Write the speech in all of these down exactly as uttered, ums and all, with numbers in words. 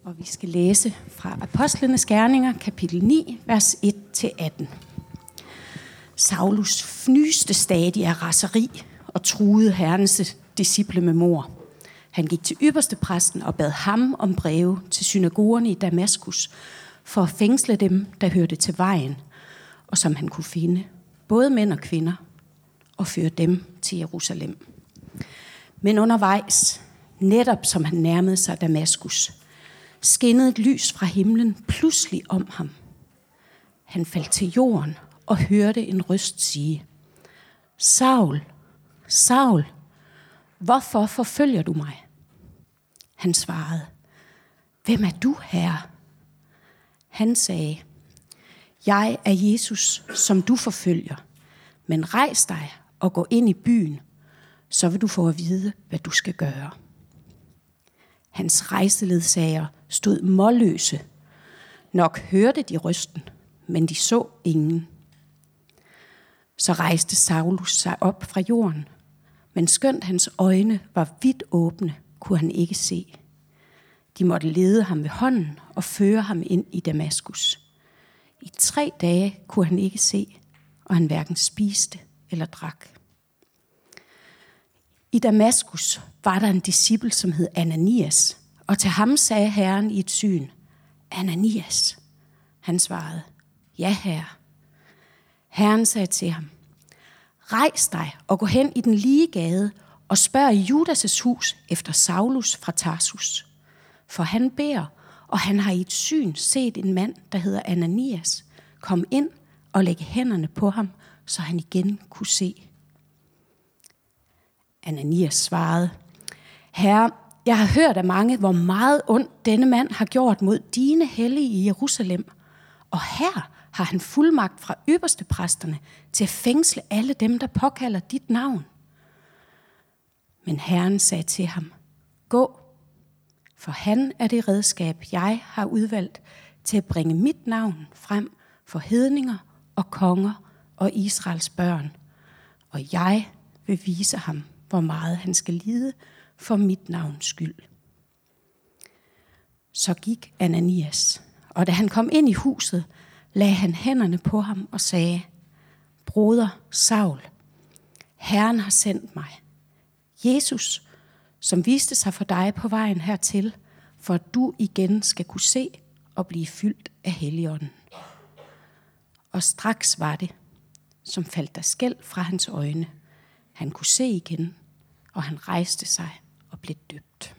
Og vi skal læse fra Apostlenes Gerninger, kapitel ni, vers et til atten. Saulus fnyste stadig af raseri og truede Herrens disciple med mord. Han gik til ypperstepræsten og bad ham om breve til synagogerne i Damaskus for at fængsle dem, der hørte til vejen, og som han kunne finde, både mænd og kvinder, og føre dem til Jerusalem. Men undervejs, netop som han nærmede sig Damaskus, skinnede et lys fra himlen pludselig om ham. Han faldt til jorden og hørte en røst sige: Saul, Saul, hvorfor forfølger du mig? Han svarede: Hvem er du, Herre? Han sagde: Jeg er Jesus, som du forfølger. Men rejs dig og gå ind i byen, så vil du få at vide, hvad du skal gøre. Hans rejseledsager stod målløse. Nok hørte de røsten, men de så ingen. Så rejste Saulus sig op fra jorden, men skønt hans øjne var vidt åbne, kunne han ikke se. De måtte lede ham ved hånden og føre ham ind i Damaskus. I tre dage kunne han ikke se, og han hverken spiste eller drak. I Damaskus var der en disciple, som hed Ananias, og til ham sagde Herren i et syn: Ananias. Han svarede: Ja, Herre. Herren sagde til ham: Rejs dig og gå hen i den lige gade og spørg i Judas' hus efter Saulus fra Tarsus. For han beder, og han har i et syn set en mand, der hedder Ananias, komme ind og lægge hænderne på ham, så han igen kunne se. Ananias svarede: Herre, jeg har hørt af mange, hvor meget ondt denne mand har gjort mod dine hellige i Jerusalem. Og her har han fuldmagt fra ypperstepræsterne til at fængsle alle dem, der påkalder dit navn. Men Herren sagde til ham: Gå, for han er det redskab, jeg har udvalgt til at bringe mit navn frem for hedninger og konger og Israels børn. Og jeg vil vise ham, hvor meget han skal lide for mit navns skyld. Så gik Ananias, og da han kom ind i huset, lagde han hænderne på ham og sagde: Broder Saul, Herren har sendt mig. Jesus, som viste sig for dig på vejen hertil, for at du igen skal kunne se og blive fyldt af Helligånden. Og straks var det, som faldt der skæl fra hans øjne. Han kunne se igen, og han rejste sig og blev døbt.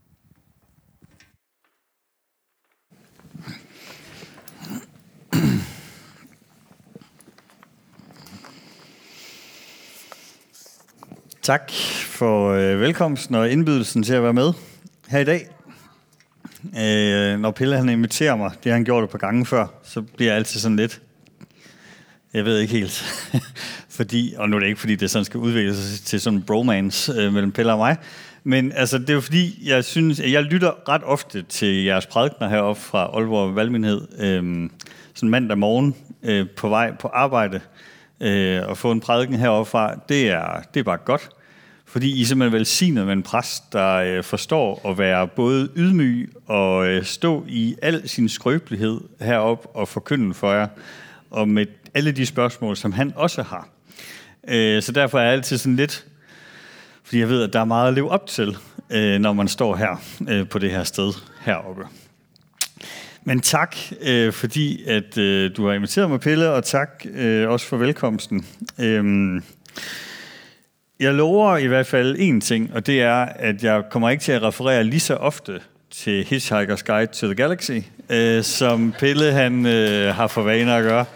Tak for øh, velkomsten og indbydelsen til at være med her i dag. Øh, når Pelle han inviterer mig, det har han gjort et par gange før, så bliver jeg altid sådan lidt, jeg ved ikke helt, fordi, og nu er det ikke fordi det sådan skal udvikle sig til sådan en bromance øh, mellem Pelle og mig, men altså det er jo fordi, jeg synes, at jeg lytter ret ofte til jeres prædikener heroppe fra Aalborg Valgmenighed, øh, sådan mandag morgen øh, på vej på arbejde, øh, og få en prædiken heroppe fra, det er, det er bare godt. Fordi I simpelthen velsigner med en præst, der øh, forstår at være både ydmyg og øh, stå i al sin skrøbelighed heroppe og forkynde for jer, og med alle de spørgsmål, som han også har. Øh, så derfor er jeg altid sådan lidt, fordi jeg ved, at der er meget at leve op til, øh, når man står her øh, på det her sted heroppe. Men tak, øh, fordi at øh, du har inviteret mig, Pelle, og tak øh, også for velkomsten. Øh, Jeg lover i hvert fald én ting, og det er, at jeg kommer ikke til at referere lige så ofte til Hitchhiker's Guide to the Galaxy, øh, som Pelle han øh, har for vane at gøre.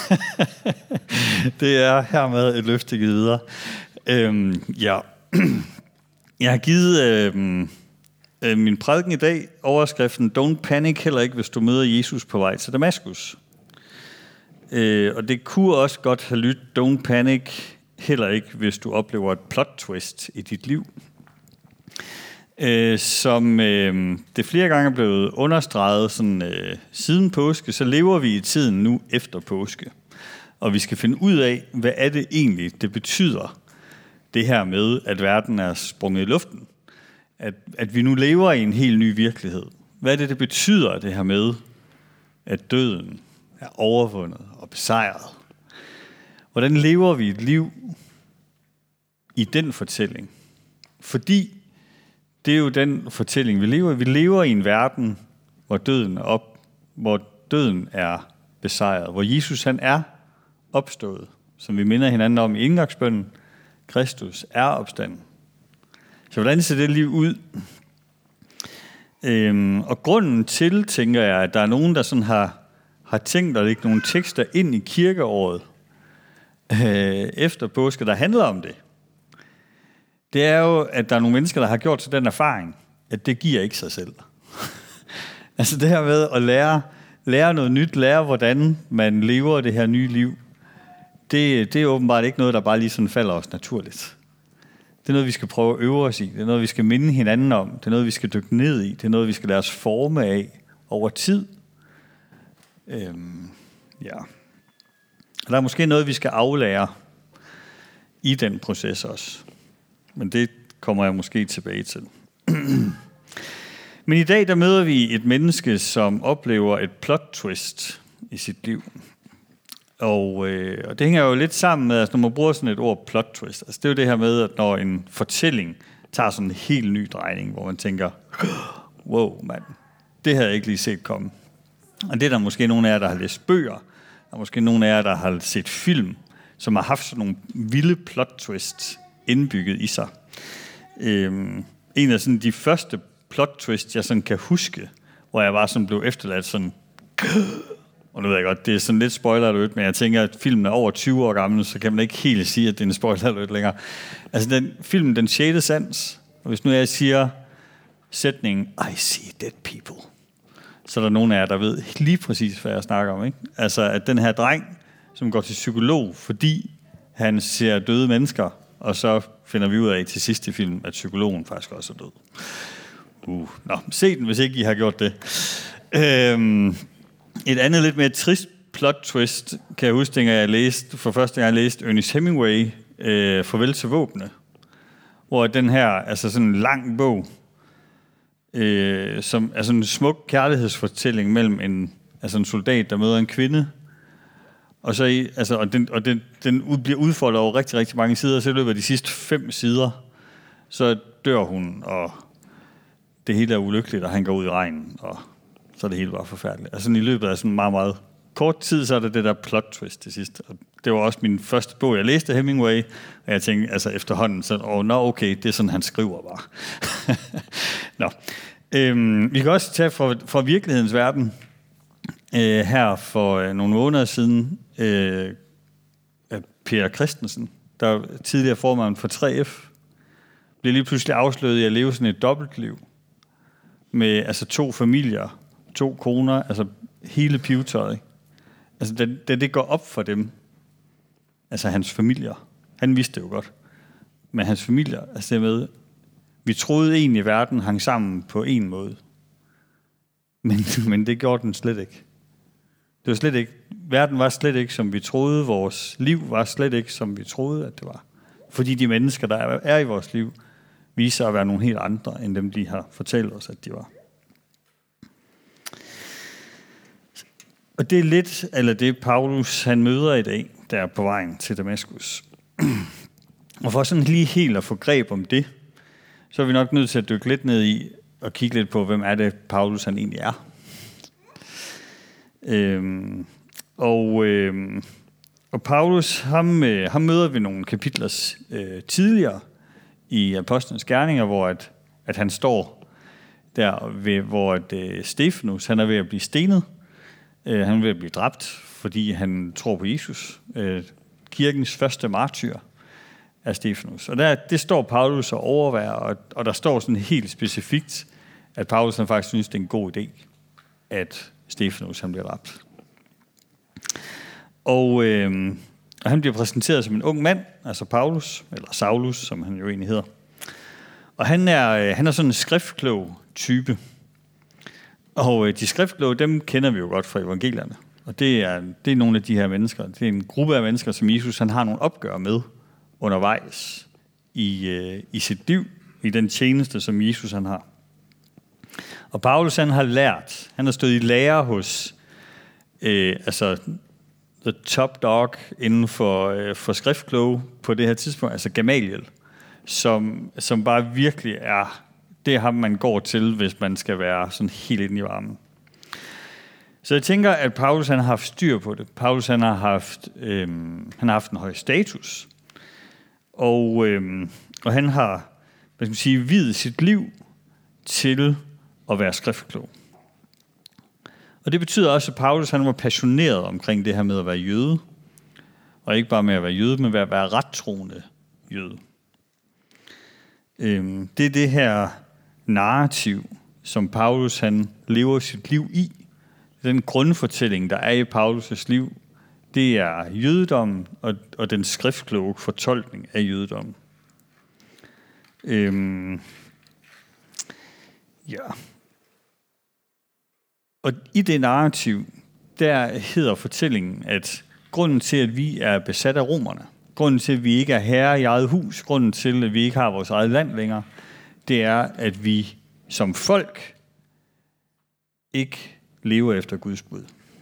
Det er hermed et løfte givet videre. Øhm, ja. Jeg har givet øh, øh, min prædiken i dag overskriften Don't panic, heller ikke hvis du møder Jesus på vej til Damaskus. Øh, og det kunne også godt have lyttet Don't panic, heller ikke, hvis du oplever et plot twist i dit liv. Øh, som øh, det flere gange er blevet understreget sådan, øh, siden påske, så lever vi i tiden nu efter påske. Og vi skal finde ud af, hvad er det egentlig, det betyder, det her med, at verden er sprunget i luften. At, at vi nu lever i en helt ny virkelighed. hvad det, det betyder, det her med, at døden er overvundet og besejret. Hvordan lever vi et liv i den fortælling? Fordi det er jo den fortælling, vi lever i. Vi lever i en verden, hvor døden er op, hvor døden er besejret, hvor Jesus han er opstået, som vi minder hinanden om i indgangsbønnen. Kristus er opstanden. Så hvordan ser det liv ud? Øhm, og grunden til, tænker jeg, at der er nogen, der sådan har, har tænkt at lægge nogle tekster ind i kirkeåret øh, efter påske, der handler om det. Det er jo, at der er nogle mennesker, der har gjort sig den erfaring, at det giver ikke sig selv. Altså det her med at lære, lære noget nyt, lære hvordan man lever det her nye liv, det, det er åbenbart ikke noget, der bare lige sådan falder os naturligt. Det er noget, vi skal prøve at øve os i. Det er noget, vi skal minde hinanden om. Det er noget, vi skal dykke ned i. Det er noget, vi skal lade os forme af over tid. Øhm, ja. Og der er måske noget, vi skal aflære i den proces også. Men det kommer jeg måske tilbage til. Men i dag, der møder vi et menneske, som oplever et plot twist i sit liv. Og, øh, og det hænger jo lidt sammen med, altså når man bruger sådan et ord plot twist, altså det er jo det her med, at når en fortælling tager sådan en helt ny drejning, hvor man tænker, wow, mand, det havde jeg ikke lige set komme. Og det er der måske nogle af jer, der har læst bøger, der er måske nogle af jer, der har set film, som har haft sådan nogle vilde plot twists indbygget i sig. Øhm, en af sådan de første plot twists, jeg sådan kan huske, hvor jeg bare sådan blev efterladt sådan, og nu ved jeg godt, det er sådan lidt spoiler alert, men jeg tænker, at filmen er over tyve år gammel, så kan man ikke helt sige, at det er en spoiler alert længere. Altså den film, Den sjette sans, og hvis nu jeg siger sætningen, I see dead people, så er der nogen af jer, der ved lige præcis, hvad jeg snakker om, ikke? Altså at den her dreng, som går til psykolog, fordi han ser døde mennesker, og så finder vi ud af til sidste film, at psykologen faktisk også er død. Uh, nå, se den, hvis ikke I har gjort det. Øhm, et andet lidt mere trist plot twist, kan jeg huske, dengang jeg læste, for første gang jeg læste Ernest Hemingway, øh, Farvel til våbne, hvor den her, altså sådan en lang bog, øh, som er sådan en smuk kærlighedsfortælling mellem en, altså en soldat, der møder en kvinde, og så i, altså, og den, og den, den bliver udfoldet over rigtig, rigtig mange sider, så i løbet af de sidste fem sider, så dør hun, og det hele er ulykkeligt, og han går ud i regnen, og så er det hele bare forfærdeligt. Altså i løbet af sådan meget, meget kort tid, så er det det der plot twist til sidst. Og det var også min første bog, jeg læste Hemingway, og jeg tænkte, altså efterhånden, så, åh, nå okay, det er sådan, han skriver bare. Nå. Øhm, vi kan også tage fra, fra virkelighedens verden, øh, her for øh, nogle måneder siden, øh, Per Christensen, der var tidligere formand for tre F, blev lige pludselig afsløret i at leve sådan et dobbeltliv, med altså to familier, to koner, altså hele pivetøjet. Altså da, da det går op for dem, altså hans familier, han vidste det jo godt, men hans familier, altså det med, vi troede egentlig, at verden hang sammen på en måde, men, men det gjorde den slet ikke. Det var slet ikke, verden var slet ikke, som vi troede, vores liv var slet ikke, som vi troede, at det var. Fordi de mennesker, der er i vores liv, viser at være nogle helt andre, end dem, de har fortalt os, at de var. Og det er lidt, eller det Paulus, han møder i dag, der er på vejen til Damaskus. Og for sådan lige helt at få greb om det, så er vi nok nødt til at dykke lidt ned i, og kigge lidt på, hvem er det, Paulus han egentlig er. Øhm, og, øhm, og Paulus, ham, øh, ham møder vi nogle kapitler øh, tidligere, i Apostlenes Gerninger, hvor at, at han står der, ved, hvor at, uh, Stefanus, han er ved at blive stenet. Uh, han er ved at blive dræbt, fordi han tror på Jesus. Uh, kirkens første martyr er Stefanus. Og der, det står Paulus og overværer, og, og der står sådan helt specifikt, at Paulus han faktisk synes, det er en god idé, at Stefanus han bliver dræbt. Og... Øh, Og han bliver præsenteret som en ung mand, altså Paulus, eller Saulus, som han jo egentlig hedder. Og han er, han er sådan en skriftklog type. Og de skriftkloge, dem kender vi jo godt fra evangelierne. Og det er, det er nogle af de her mennesker. Det er en gruppe af mennesker, som Jesus han har nogle opgør med undervejs i, i sit liv, i den tjeneste, som Jesus han har. Og Paulus han har lært, han har stået i lære hos øh, altså the top dog inden for, øh, for skriftkloge på det her tidspunkt, altså Gamaliel, som, som bare virkelig er, det er ham, man går til, hvis man skal være sådan helt inde i varmen. Så jeg tænker, at Paulus han har haft styr på det. Paulus han har haft, øh, han har haft en høj status, og, øh, og han har, hvad skal man sige, viet sit liv til at være skriftklog. Og det betyder også, at Paulus han var passioneret omkring det her med at være jøde, og ikke bare med at være jøde, men at være rettroende jøde. Øh, det er det her narrativ, som Paulus han lever sit liv i. Den grundfortælling, der er i Paulus' liv, det er jødedommen og, og den skriftkloge fortolkning af jødedommen. Øhm, ja. Og i det narrativ, der hedder fortællingen, at grunden til, at vi er besat af romerne, grunden til, at vi ikke er herre i eget hus, grunden til, at vi ikke har vores eget land længere, det er, at vi som folk ikke lever efter Guds bud.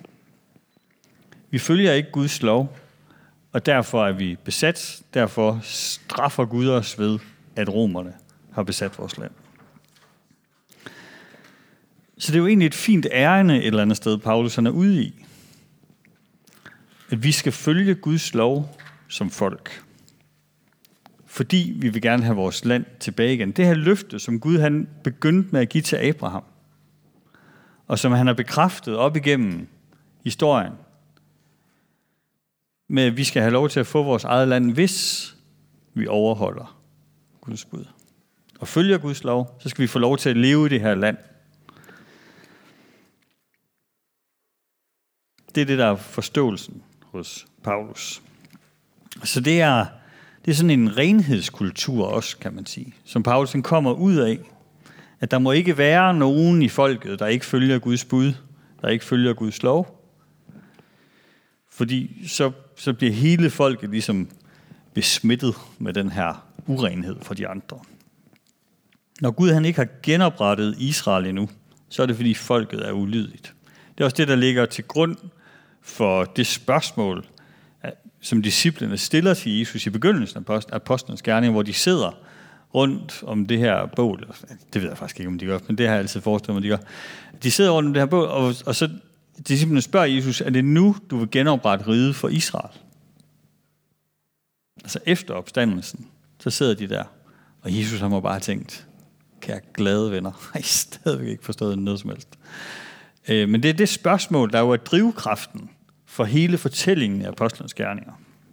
Vi følger ikke Guds lov, og derfor er vi besat. Derfor straffer Gud os ved, at romerne har besat vores land. Så det er jo egentlig et fint ærinde et eller andet sted, Paulus er ude i. At vi skal følge Guds lov som folk. Fordi vi vil gerne have vores land tilbage igen. Det her løfte, som Gud han begyndte med at give til Abraham, og som han har bekræftet op igennem historien, med at vi skal have lov til at få vores eget land, hvis vi overholder Guds bud. Og følger Guds lov, så skal vi få lov til at leve i det her land. Det er det, der er forståelsen hos Paulus. Så det er, det er sådan en renhedskultur også, kan man sige, som Paulus kommer ud af. At der må ikke være nogen i folket, der ikke følger Guds bud, der ikke følger Guds lov. Fordi så, så bliver hele folket ligesom besmittet med den her urenhed for de andre. Når Gud han ikke har genoprettet Israel endnu, så er det fordi folket er ulydigt. Det er også det, der ligger til grund for det spørgsmål, som disciplene stiller til Jesus i begyndelsen af apostlenes gerning, hvor de sidder rundt om det her bål. Det ved jeg faktisk ikke, om de gør, men det har jeg altid forestillet mig, de gør. De sidder rundt om det her bål, og, og så disciplene spørger Jesus, er det nu, du vil genoprette riget for Israel? Altså efter opstandelsen, så sidder de der, og Jesus har må bare tænkt, kære glade venner, har I stadigvæk ikke forstået noget som helst. Øh, men det er det spørgsmål, der jo er drivkraften for hele fortællingen af apostlenes gerninger.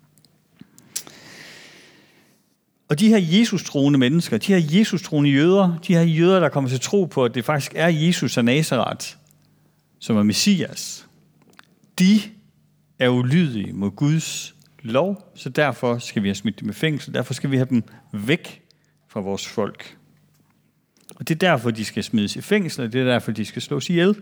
Og de her Jesus-troende mennesker, de her Jesus-troende jøder, de her jøder, der kommer til tro på, at det faktisk er Jesus af Nazaret, som er Messias, de er ulydige mod Guds lov, så derfor skal vi have smidt dem i fængsel, derfor skal vi have dem væk fra vores folk. Og det er derfor, de skal smides i fængsel, og det er derfor, de skal slås ihjel.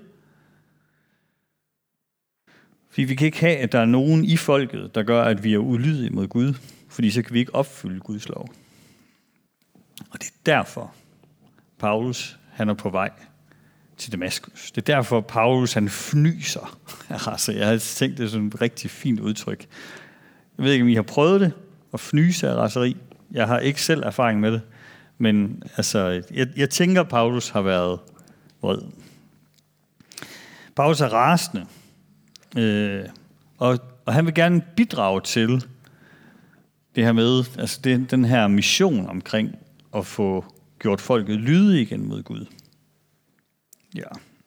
Fordi vi kan ikke have, at der er nogen i folket, der gør, at vi er ulydige mod Gud, fordi så kan vi ikke opfylde Guds lov. Og det er derfor, Paulus han er på vej til Damaskus. Det er derfor, Paulus han fnyser. Altså, jeg har tænkt, det er sådan et rigtig fint udtryk. Jeg ved ikke, om I har prøvet det, at fnyse af raseri. Jeg har ikke selv erfaring med det. Men altså, jeg, jeg tænker, Paulus har været vred. Paulus er rasende. Øh, og, og han vil gerne bidrage til det her med, altså det, den her mission omkring at få gjort folket lydige igen mod Gud. Ja.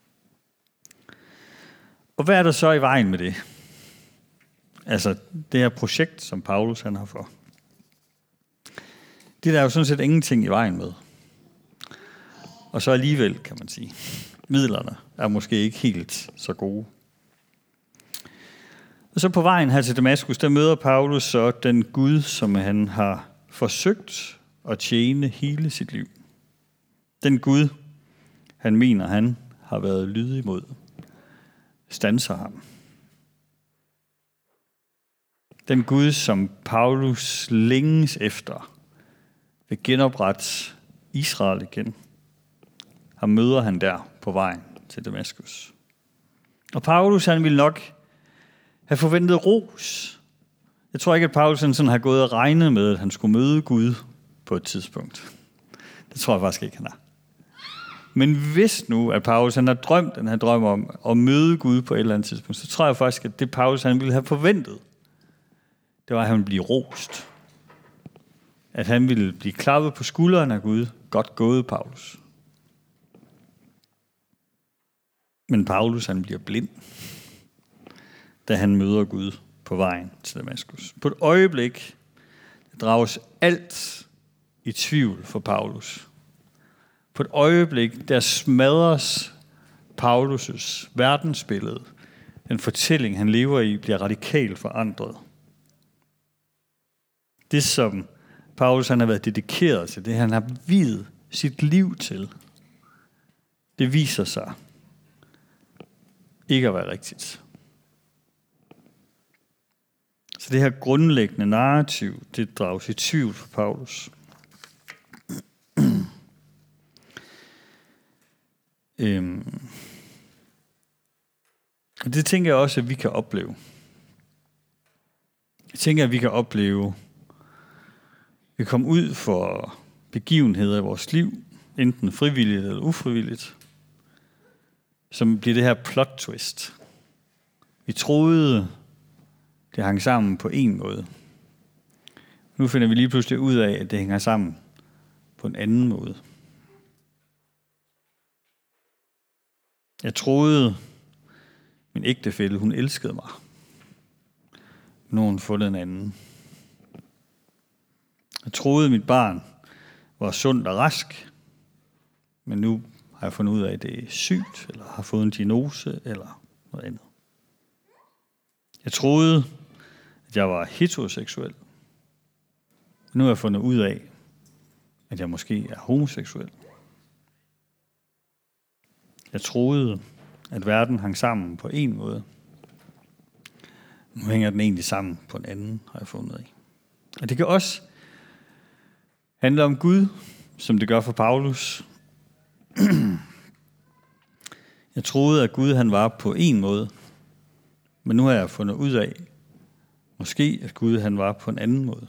Og hvad er der så i vejen med det? Altså det her projekt, som Paulus han har for. Det er der jo sådan set ingenting i vejen med. Og så alligevel, kan man sige, midlerne er måske ikke helt så gode. Og så på vejen her til Damaskus, der møder Paulus så den Gud, som han har forsøgt at tjene hele sit liv. Den Gud, han mener, han har været lydig mod, standser ham. Den Gud, som Paulus længes efter, vil genoprette Israel igen. ham møder han der på vejen til Damaskus. Og Paulus, han ville nok have forventet ros. Jeg tror ikke, at Paulus sådan har gået og regnet med, at han skulle møde Gud på et tidspunkt. Det tror jeg faktisk ikke, han har. Men hvis nu, at Paulus han har drømt den her drøm om at møde Gud på et eller andet tidspunkt, så tror jeg faktisk, at det Paulus han ville have forventet, det var, at han ville blive rost. At han ville blive klappet på skulderen af Gud. Godt gået, Paulus. Men Paulus han bliver blind, da han møder Gud på vejen til Damaskus. På et øjeblik drages alt i tvivl for Paulus. På et øjeblik, der smadres Paulus' verdensbillede. Den fortælling, han lever i, bliver radikalt forandret. Det, som Paulus han har været dedikeret til, det han har viet sit liv til, det viser sig ikke at være rigtigt. Så det her grundlæggende narrativ, det drages i tvivl for Paulus. øhm. Og det tænker jeg også, at vi kan opleve. Jeg tænker, at vi kan opleve, vi kommer ud for begivenheder i vores liv, enten frivilligt eller ufrivilligt, som bliver det her plot twist. Vi troede, det hang sammen på en måde. Nu finder vi lige pludselig ud af, at det hænger sammen på en anden måde. Jeg troede, min ægtefælle, hun elskede mig. Nu har hun fundet en anden. Jeg troede, mit barn var sundt og rask, men nu har jeg fundet ud af, at det er sygt, eller har fået en diagnose, eller noget andet. Jeg troede, at jeg var heteroseksuel, men nu har jeg fundet ud af, at jeg måske er homoseksuel. Jeg troede, at verden hang sammen på en måde. Nu hænger den egentlig sammen på en anden, har jeg fundet af. Og det kan også handle om Gud, som det gør for Paulus. Jeg troede, at Gud han var på en måde, men nu har jeg fundet ud af, måske at Gud han var på en anden måde.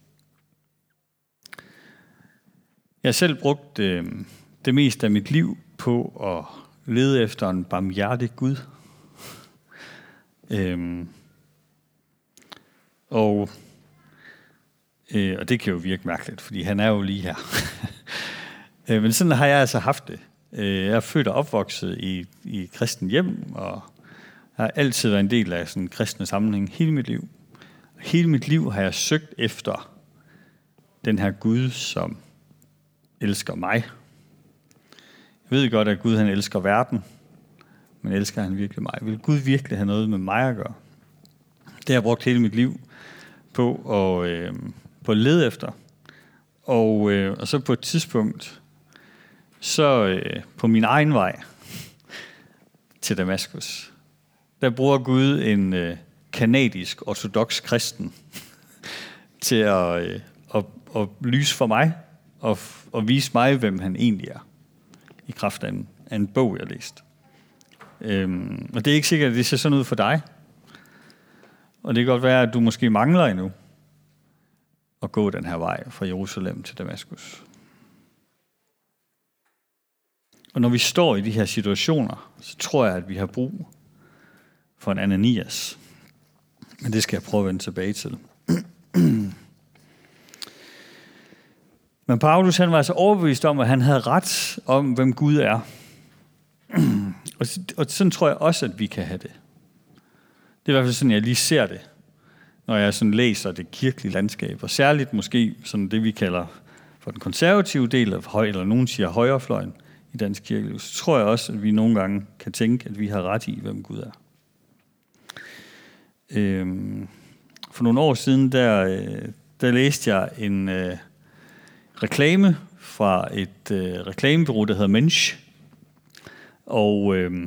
Jeg har selv brugt øh, det meste af mit liv på at lede efter en barmhjertig Gud. øhm, og, øh, og det kan jo virke mærkeligt, fordi han er jo lige her. Men sådan har jeg altså haft det. Jeg er født og opvokset i, i kristen hjem, og jeg har altid været en del af sådan en kristne sammenhæng hele mit liv. Hele mit liv har jeg søgt efter den her Gud, som elsker mig. Jeg ved godt, at Gud han elsker verden, men elsker han virkelig mig? Vil Gud virkelig have noget med mig at gøre? Det har jeg brugt hele mit liv på at, øh, på at lede efter. Og, øh, og så på et tidspunkt, så øh, på min egen vej til Damaskus, der bruger Gud en øh, kanadisk ortodoks kristen til at, øh, at, at lyse for mig og, og vise mig, hvem han egentlig er, i kraft af en, af en bog, jeg læste. Øhm, og det er ikke sikkert, at det ser sådan ud for dig. Og det kan godt være, at du måske mangler endnu at gå den her vej fra Jerusalem til Damaskus. Og når vi står i de her situationer, så tror jeg, at vi har brug for en Ananias. Men det skal jeg prøve at vende tilbage til. Men Paulus han var altså overbevist om, at han havde ret om, hvem Gud er. og, og sådan tror jeg også, at vi kan have det. Det er i hvert fald sådan, jeg lige ser det, når jeg sådan læser det kirkelige landskab. Og særligt måske sådan det, vi kalder for den konservative del af høj, eller nogen siger højrefløjen i dansk kirke. Så tror jeg også, at vi nogle gange kan tænke, at vi har ret i, hvem Gud er. Øhm, for nogle år siden, der, der læste jeg en øh, reklame fra et øh, reklamebureau, der hedder Mensch. Og øh,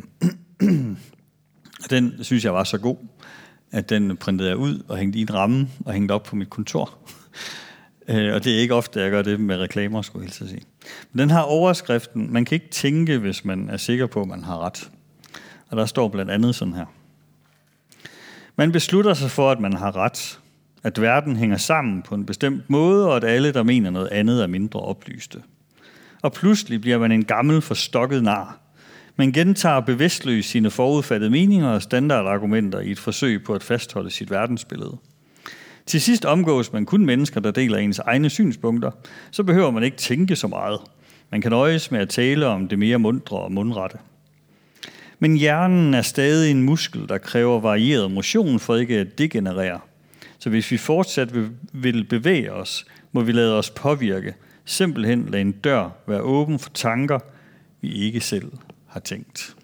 den synes jeg var så god, at den printede jeg ud og hængte i en ramme og hængte op på mit kontor. øh, og det er ikke ofte, jeg gør det med reklamer, skulle jeg hilse at sige. Den har overskriften, man kan ikke tænke, hvis man er sikker på, at man har ret. Og der står blandt andet sådan her. Man beslutter sig for, at man har ret, at verden hænger sammen på en bestemt måde, og at alle, der mener noget andet, er mindre oplyste. Og pludselig bliver man en gammel, forstokket nar. Man gentager bevidstløst sine forudfattede meninger og standardargumenter i et forsøg på at fastholde sit verdensbillede. Til sidst omgås man kun mennesker, der deler ens egne synspunkter, så behøver man ikke tænke så meget. Man kan nøjes med at tale om det mere mundre og mundrette. Men hjernen er stadig en muskel, der kræver varieret motion for ikke at degenerere. Så hvis vi fortsat vil bevæge os, må vi lade os påvirke. Simpelthen lade en dør være åben for tanker, vi ikke selv har tænkt.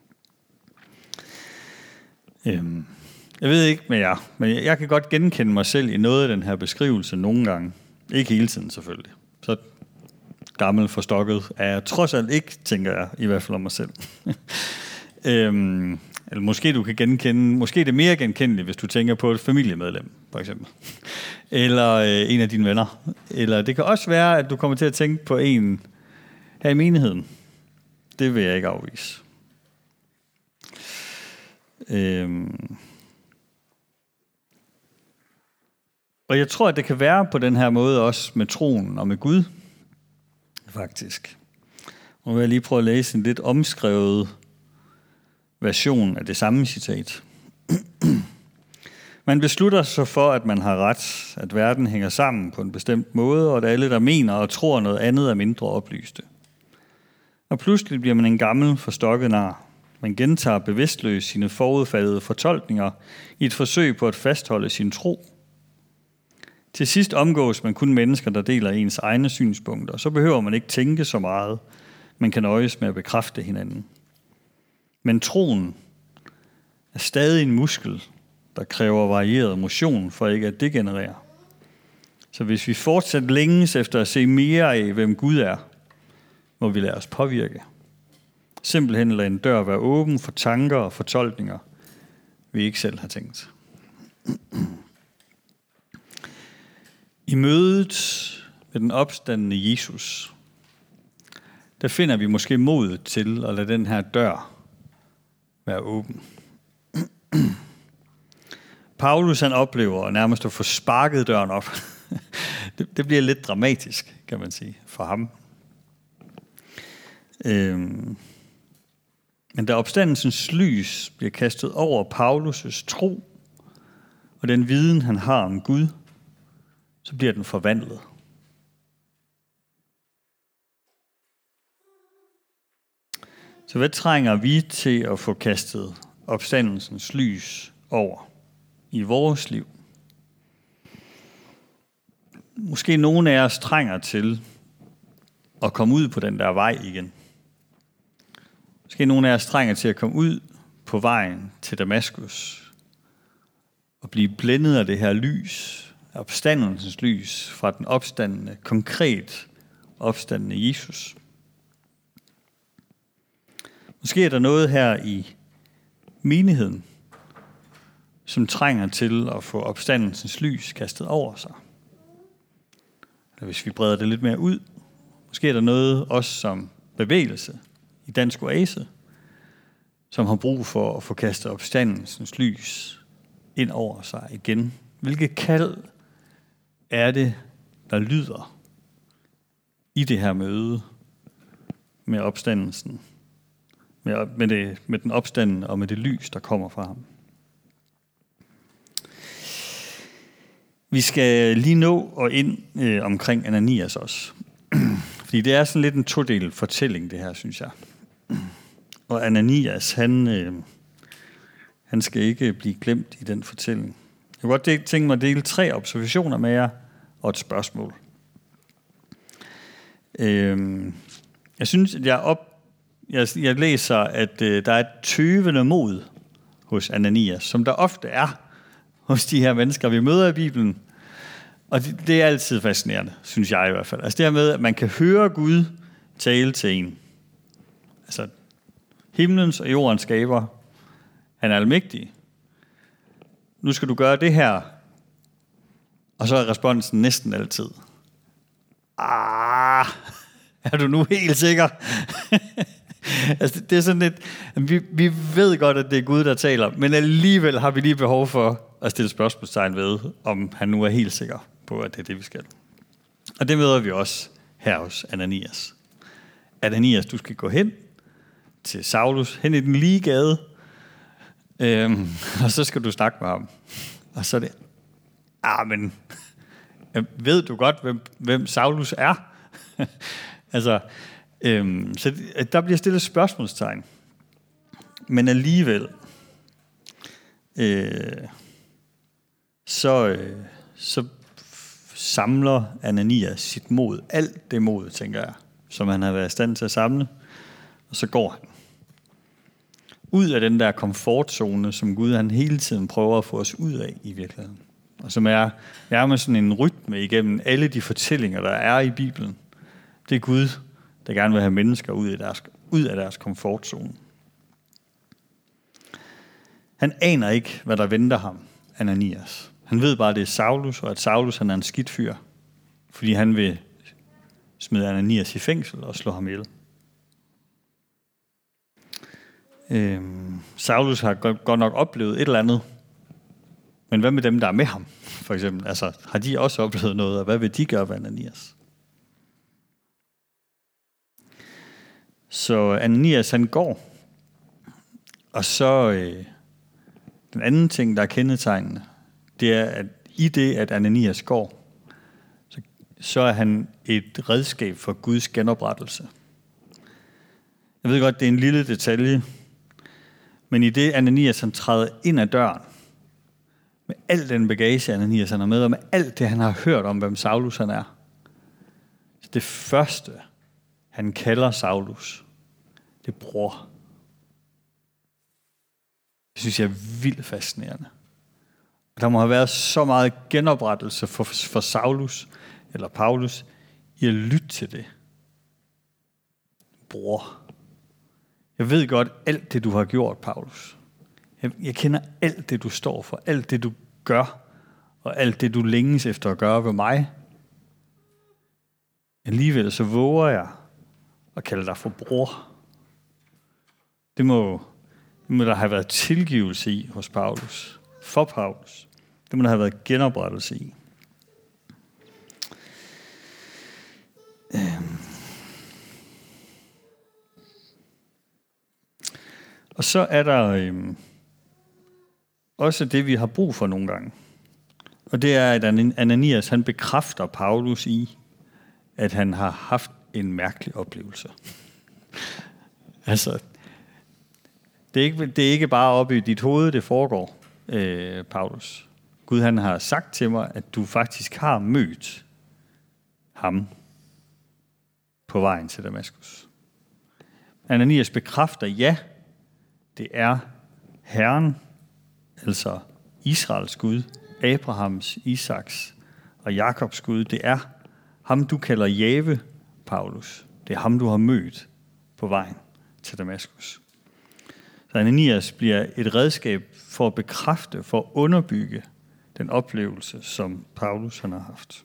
Øhm, jeg ved ikke med jer, men jeg kan godt genkende mig selv i noget af den her beskrivelse nogle gange. Ikke hele tiden selvfølgelig. Så gammel forstokket er jeg trods alt ikke, tænker jeg, i hvert fald om mig selv. øhm, eller måske du kan genkende, måske det er mere genkendeligt, hvis du tænker på et familiemedlem, for eksempel. Eller øh, en af dine venner. Eller det kan også være, at du kommer til at tænke på en her i menigheden. Det vil jeg ikke afvise. Øhm. Og jeg tror, at det kan være på den her måde også med troen og med Gud, faktisk. Nu vil jeg lige prøve at læse en lidt omskrevet version af det samme citat. Man beslutter sig for, at man har ret, at verden hænger sammen på en bestemt måde, og at alle, der mener og tror noget andet, er mindre oplyste. Og pludselig bliver man en gammel, forstokket nar. Man gentager bevidstløst sine forudfattede fortolkninger i et forsøg på at fastholde sin tro. Til sidst omgås man kun mennesker, der deler ens egne synspunkter, så behøver man ikke tænke så meget. Man kan nøjes med at bekræfte hinanden. Men troen er stadig en muskel, der kræver varieret motion for ikke at degenerere. Så hvis vi fortsat længes efter at se mere af, hvem Gud er, må vi lade os påvirke. Simpelthen lade en dør være åben for tanker og fortolkninger, vi ikke selv har tænkt. I mødet med den opstandne Jesus, der finder vi måske modet til at lade den her dør være åben. Paulus han oplever nærmest at få sparket døren op. det, det bliver lidt dramatisk, kan man sige, for ham. Øhm. Men da opstandelsens lys bliver kastet over Paulus' tro og den viden, han har om Gud, så bliver den forvandlet. Så hvad trænger vi til at få kastet opstandelsens lys over i vores liv? Måske nogle af os trænger til at komme ud på den der vej igen. Måske nogle af os trænger til at komme ud på vejen til Damaskus og blive blændet af det her lys, opstandelsens lys fra den opstandende, konkret opstandende Jesus. Måske er der noget her i menigheden, som trænger til at få opstandelsens lys kastet over sig. Eller hvis vi breder det lidt mere ud, måske er der noget også som bevægelse i Dansk Oase, som har brug for at få kastet opstandelsens lys ind over sig igen. Hvilket kald er det, der lyder i det her møde med opstandelsen, med, med, det, med den opstandende og med det lys, der kommer fra ham? Vi skal lige nå og ind øh, omkring Ananias også. Fordi det er sådan lidt en todel fortælling, det her, synes jeg. Og Ananias, han, øh, han skal ikke blive glemt i den fortælling. Jeg kunne godt tænke mig at dele tre observationer med jer og et spørgsmål. Øh, jeg synes, at jeg, op, jeg, jeg læser, at øh, der er et tøvende mod hos Ananias, som der ofte er hos de her mennesker, vi møder i Bibelen. Og det, det er altid fascinerende, synes jeg i hvert fald. Altså det her med, at man kan høre Gud tale til en. Altså, himlens og jordens skaber, han er almægtig. Nu skal du gøre det her. Og så er responsen næsten altid: Ah, Er du nu helt sikker? Altså, det er sådan lidt, vi, vi ved godt, at det er Gud, der taler, men alligevel har vi lige behov for at stille spørgsmålstegn ved, om han nu er helt sikker på, at det er det, vi skal. Og det møder vi også her hos Ananias. Ananias, du skal gå hen til Saulus, hen i den lige gade, øhm, og så skal du snakke med ham. Og så er det, ah, men ved du godt, hvem, hvem Saulus er? altså, øhm, så der bliver stillet spørgsmålstegn. Men alligevel, øh, så, øh, så samler Ananias sit mod, alt det mod, tænker jeg, som han har været i stand til at samle, og så går han ud af den der komfortzone, som Gud han hele tiden prøver at få os ud af i virkeligheden. Og som er, er med sådan en rytme igennem alle de fortællinger, der er i Bibelen. Det er Gud, der gerne vil have mennesker ud af deres, ud af deres komfortzone. Han aner ikke, hvad der venter ham, Ananias. Han ved bare, at det er Saulus, og at Saulus han er en skidt fyr, fordi han vil smide Ananias i fængsel og slå ham ihjel. Øhm, Saulus har godt nok oplevet et eller andet, men hvad med dem, der er med ham, for eksempel? Altså, har de også oplevet noget, og hvad vil de gøre ved Ananias? Så Ananias, han går, og så øh, den anden ting, der er kendetegnende, det er, at i det, at Ananias går, så, så er han et redskab for Guds genoprettelse. Jeg ved godt, det er en lille detalje, men i det, Ananias han træder ind ad døren, med al den bagage, Ananias han er med, og med alt det, han har hørt om, hvem Saulus han er. Så det første, han kalder Saulus, det er bror. Det synes jeg er vildt fascinerende. Der må have været så meget genoprettelse for, for Saulus, eller Paulus, i at lytte til det. Bror. Jeg ved godt alt det, du har gjort, Paulus. Jeg, jeg kender alt det, du står for, alt det, du gør, og alt det, du længes efter at gøre ved mig. Alligevel så våger jeg at kalde dig for bror. Det må, det må der have været tilgivelse i hos Paulus. For Paulus. Det må der have været genoprettelse i. Øhm. Og så er der øhm, også det, vi har brug for nogle gange. Og det er, at Ananias han bekræfter Paulus i, at han har haft en mærkelig oplevelse. altså, det er, ikke, det er ikke bare oppe i dit hoved, det foregår, øh, Paulus. Gud han har sagt til mig, at du faktisk har mødt ham på vejen til Damaskus. Ananias bekræfter, ja, det er Herren, altså Israels Gud, Abrahams, Isaks og Jakobs Gud. Det er ham, du kalder Jave, Paulus. Det er ham, du har mødt på vejen til Damaskus. Så Ananias bliver et redskab for at bekræfte, for at underbygge den oplevelse, som Paulus han har haft.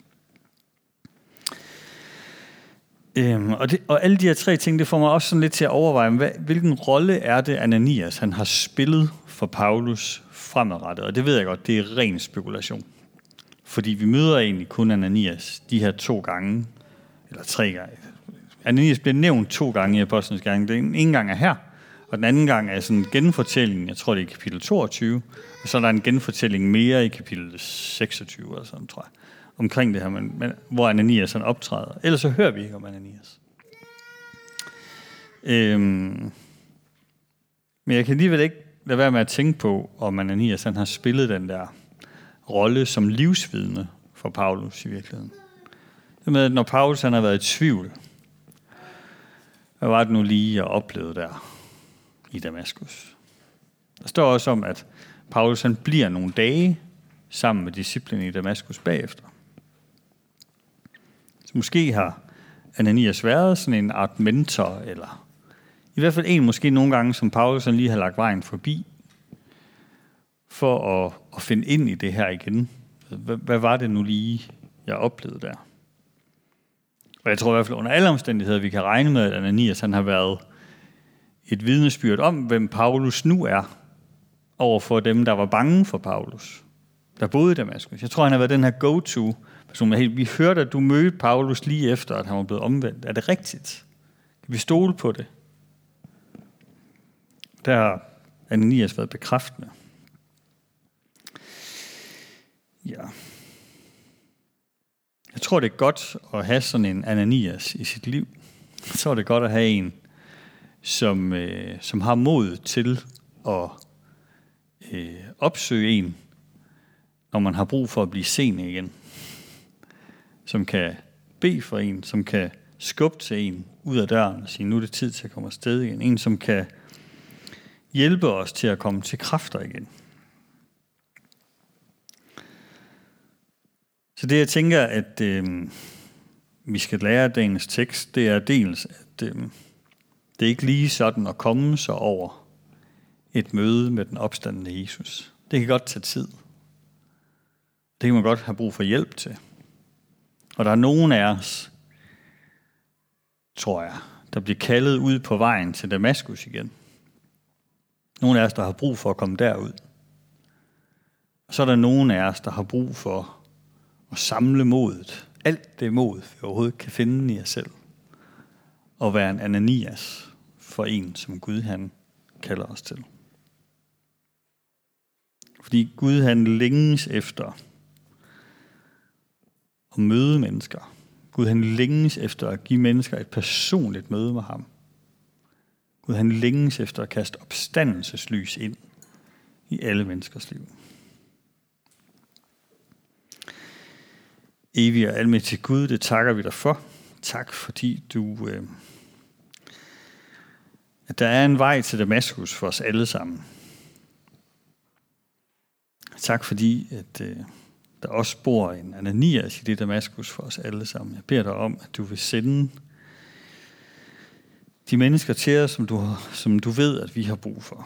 Øhm, og, det, og alle de her tre ting, det får mig også sådan lidt til at overveje, hvad, hvilken rolle er det, Ananias han har spillet for Paulus fremadrettet. Og det ved jeg godt, det er ren spekulation. Fordi vi møder egentlig kun Ananias de her to gange, eller tre gange. Ananias bliver nævnt to gange i Apostlenes Gerninger. Den ene gang er her, og den anden gang er sådan en genfortælling, jeg tror det er i kapitel toogtyve, og så er der en genfortælling mere i kapitel seksogtyve, eller sådan, tror jeg, omkring det her, men, men, hvor Ananias han optræder. Ellers så hører vi ikke om Ananias. Øhm, men jeg kan alligevel ikke lade være med at tænke på, om Ananias han har spillet den der rolle som livsvidne for Paulus i virkeligheden. Det med, at når Paulus han har været i tvivl, hvad var det nu lige, jeg oplevede der i Damaskus? Der står også om, at Paulus han bliver nogle dage sammen med disciplene i Damaskus bagefter. Så måske har Ananias været sådan en art mentor, eller i hvert fald en måske nogle gange, som Paulus han lige har lagt vejen forbi, for at, at finde ind i det her igen. Hvad, hvad var det nu lige, jeg oplevede der? Og jeg tror i hvert fald under alle omstændigheder, vi kan regne med, at Ananias han har været et vidnesbyrd om, hvem Paulus nu er, over for dem, der var bange for Paulus, der boede i Damaskus. Jeg tror, han har været den her go-to-person. Vi hørte, at du mødte Paulus lige efter, at han var blevet omvendt. Er det rigtigt? Kan vi stole på det? Der har Ananias været bekræftende. Ja. Jeg tror, det er godt at have sådan en Ananias i sit liv. Jeg tror, det er godt at have en, som, øh, som har mod til at øh, opsøge en, når man har brug for at blive seende igen. Som kan bede for en, som kan skubbe til en ud af døren og sige, nu er det tid til at komme afsted igen. En, som kan hjælpe os til at komme til kræfter igen. Så det, jeg tænker, at øh, vi skal lære af dagens tekst, det er dels, at øh, det er ikke lige sådan at komme sig over et møde med den opstandende Jesus. Det kan godt tage tid. Det kan man godt have brug for hjælp til. Og der er nogen af os, tror jeg, der bliver kaldet ud på vejen til Damaskus igen. Nogle af os, der har brug for at komme derud. Og så er der nogen af os, der har brug for at samle modet. Alt det mod, vi overhovedet kan finde i os selv. Og være en Ananias for en, som Gud han kalder os til. Fordi Gud han længes efter at møde mennesker. Gud han længes efter at give mennesker et personligt møde med ham. Gud han længes efter at kaste opstandelseslys ind i alle menneskers liv. Evig og almægtig Gud, det takker vi dig for. Tak fordi du, øh, at der er en vej til Damaskus for os alle sammen. Tak fordi, at øh, der også bor en Ananias i det Damaskus for os alle sammen. Jeg beder dig om, at du vil sende de mennesker til os, som du, som du ved, at vi har brug for.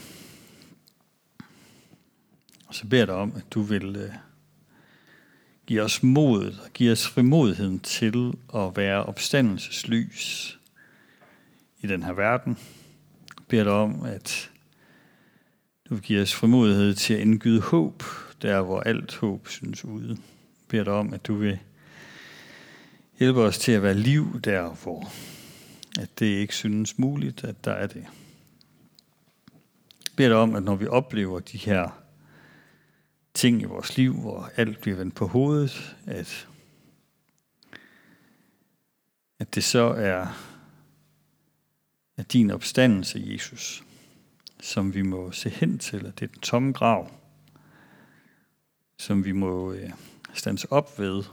Og så beder jeg dig om, at du vil øh, give os modet og give os frimodigheden til at være opstandelseslys i den her verden. Jeg beder dig om, at du vil give os frimodighed til at indgyde håb, der hvor alt håb synes ude. Jeg beder dig om, at du vil hjælpe os til at være liv der, hvor at det ikke synes muligt, at der er det. Jeg beder dig om, at når vi oplever de her ting i vores liv, hvor alt bliver vendt på hovedet, at, at det så er at din opstandelse, Jesus, som vi må se hen til, at det er den tomme grav, som vi må øh, stands op ved,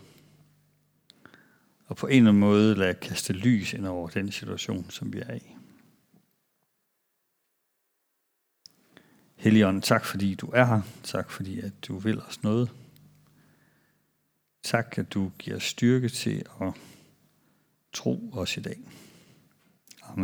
og på en eller anden måde lade kaste lys ind over den situation, som vi er i. Helligånd, tak fordi du er her. Tak fordi at du vil os noget. Tak at du giver styrke til at tro os i dag. Amen.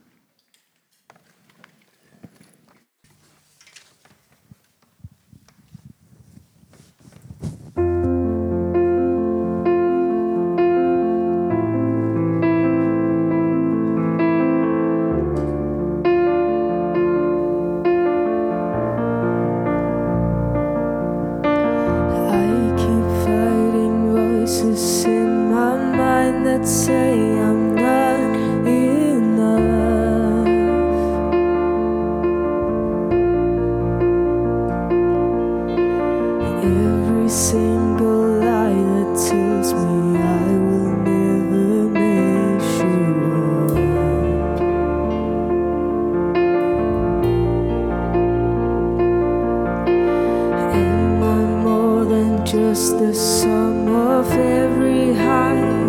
Say I'm not enough. Every single lie that tells me I will never measure up. Am I more than just the sum of every high